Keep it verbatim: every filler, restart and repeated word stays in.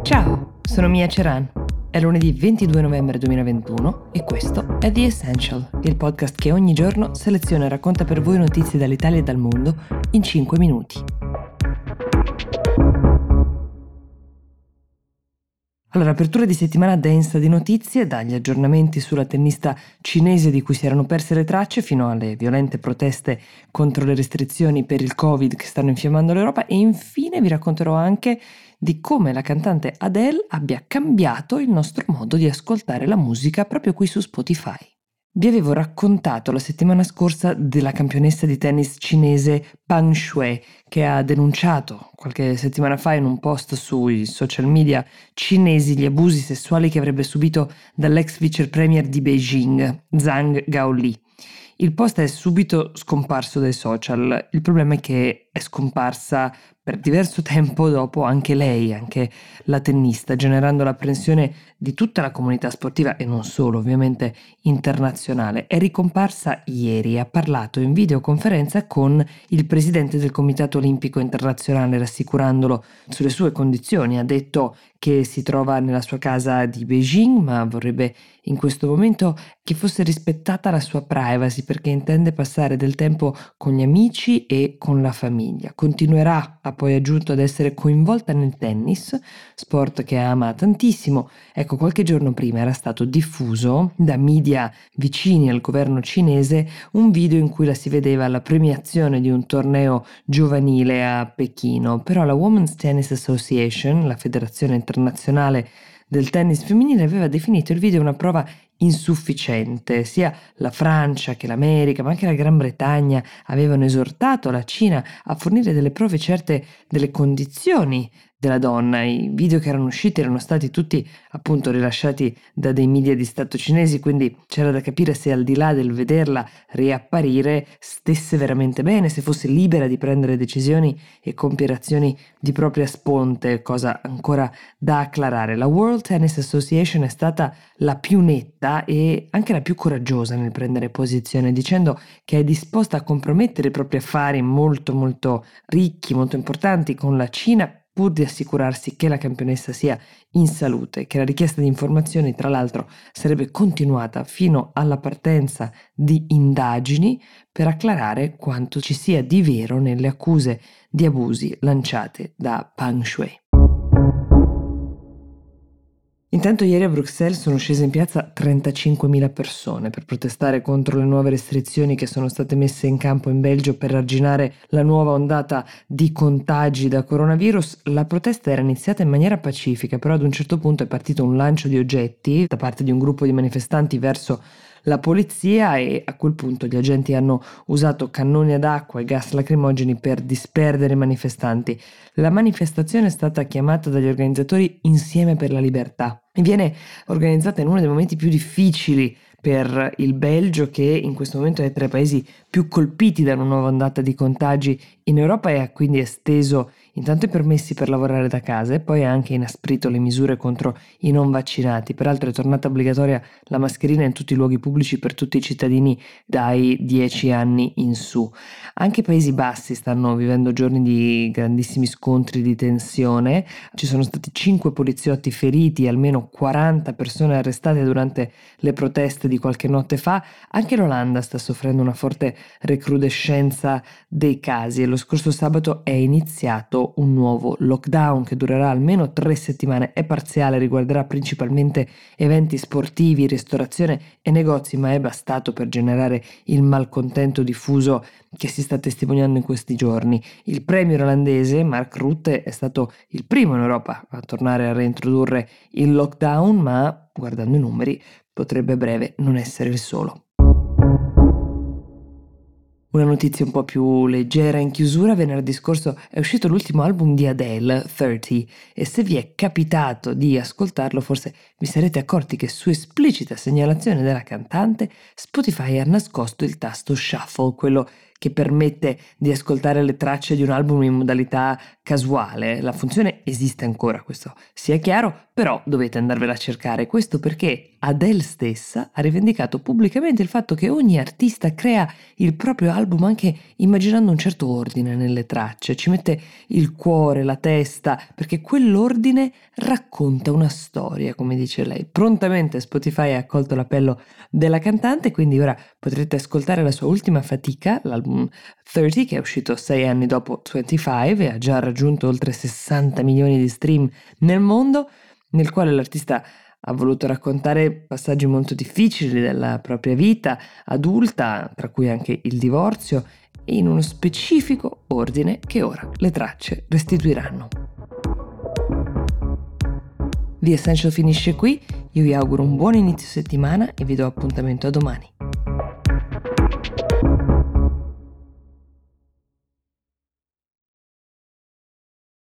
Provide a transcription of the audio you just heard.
Ciao, sono Mia Ceran. È lunedì ventidue novembre duemilaventuno e questo è The Essential, il podcast che ogni giorno seleziona e racconta per voi notizie dall'Italia e dal mondo in cinque minuti. Allora, apertura di settimana densa di notizie, dagli aggiornamenti sulla tennista cinese di cui si erano perse le tracce fino alle violente proteste contro le restrizioni per il Covid che stanno infiammando l'Europa, e infine vi racconterò anche di come la cantante Adele abbia cambiato il nostro modo di ascoltare la musica proprio qui su Spotify. Vi avevo raccontato la settimana scorsa della campionessa di tennis cinese Pang Shuai, che ha denunciato qualche settimana fa in un post sui social media cinesi gli abusi sessuali che avrebbe subito dall'ex vice premier di Beijing, Zhang Gaoli. Il post è subito scomparso dai social. Il problema è che è scomparsa per diverso tempo dopo anche lei, anche la tennista, generando l'apprensione di tutta la comunità sportiva e non solo, ovviamente internazionale. È ricomparsa ieri, ha parlato in videoconferenza con il presidente del Comitato Olimpico Internazionale, rassicurandolo sulle sue condizioni. Ha detto che si trova nella sua casa di Beijing, ma vorrebbe in questo momento che fosse rispettata la sua privacy, perché intende passare del tempo con gli amici e con la famiglia. Continuerà, ha poi aggiunto, ad essere coinvolta nel tennis, sport che ama tantissimo. Ecco, qualche giorno prima era stato diffuso da media vicini al governo cinese un video in cui la si vedeva alla premiazione di un torneo giovanile a Pechino, però la Women's Tennis Association, la federazione internazionale del tennis femminile, aveva definito il video una prova insufficiente. Sia la Francia che l'America, ma anche la Gran Bretagna avevano esortato la Cina a fornire delle prove certe delle condizioni della donna. I video che erano usciti erano stati tutti appunto rilasciati da dei media di Stato cinesi, quindi c'era da capire se al di là del vederla riapparire stesse veramente bene, se fosse libera di prendere decisioni e compiere azioni di propria sponte, cosa ancora da acclarare. La World Tennis Association è stata la più netta e anche la più coraggiosa nel prendere posizione, dicendo che è disposta a compromettere i propri affari molto molto ricchi, molto importanti con la Cina, pur di assicurarsi che la campionessa sia in salute, che la richiesta di informazioni, tra l'altro, sarebbe continuata fino alla partenza di indagini per acclarare quanto ci sia di vero nelle accuse di abusi lanciate da Pang Shuai. Intanto ieri a Bruxelles sono scese in piazza trentacinquemila persone per protestare contro le nuove restrizioni che sono state messe in campo in Belgio per arginare la nuova ondata di contagi da coronavirus. La protesta era iniziata in maniera pacifica, però ad un certo punto è partito un lancio di oggetti da parte di un gruppo di manifestanti verso la polizia e a quel punto gli agenti hanno usato cannoni ad acqua e gas lacrimogeni per disperdere i manifestanti. La manifestazione è stata chiamata dagli organizzatori Insieme per la Libertà e viene organizzata in uno dei momenti più difficili per il Belgio, che in questo momento è tra i paesi più colpiti da una nuova ondata di contagi in Europa e ha quindi esteso intanto i permessi per lavorare da casa e poi ha anche inasprito le misure contro i non vaccinati. Peraltro è tornata obbligatoria la mascherina in tutti i luoghi pubblici per tutti i cittadini dai dieci anni in su. Anche i Paesi Bassi stanno vivendo giorni di grandissimi scontri, di tensione. Ci sono stati cinque poliziotti feriti e almeno quaranta persone arrestate durante le proteste di qualche notte fa. Anche l'Olanda sta soffrendo una forte recrudescenza dei casi e lo scorso sabato è iniziato un nuovo lockdown che durerà almeno tre settimane. È parziale, riguarderà principalmente eventi sportivi, ristorazione e negozi, ma è bastato per generare il malcontento diffuso che si sta testimoniando in questi giorni. Il premier olandese Mark Rutte è stato il primo in Europa a tornare a reintrodurre il lockdown, ma guardando i numeri potrebbe a breve non essere il solo. Una notizia un po' più leggera in chiusura: venerdì scorso è uscito l'ultimo album di Adele, trenta, e se vi è capitato di ascoltarlo forse vi sarete accorti che su esplicita segnalazione della cantante Spotify ha nascosto il tasto shuffle, quello che permette di ascoltare le tracce di un album in modalità casuale. La funzione esiste ancora, questo sia chiaro, però dovete andarvela a cercare. Questo perché Adele stessa ha rivendicato pubblicamente il fatto che ogni artista crea il proprio album anche immaginando un certo ordine nelle tracce, ci mette il cuore, la testa, perché quell'ordine racconta una storia, come dice lei. Prontamente Spotify ha accolto l'appello della cantante, quindi ora potrete ascoltare la sua ultima fatica, l'album trenta, che è uscito sei anni dopo venticinque e ha già raggiunto oltre sessanta milioni di stream nel mondo, nel quale l'artista ha voluto raccontare passaggi molto difficili della propria vita adulta, tra cui anche il divorzio, in uno specifico ordine che ora le tracce restituiranno. The Essential finisce qui, io vi auguro un buon inizio settimana e vi do appuntamento a domani.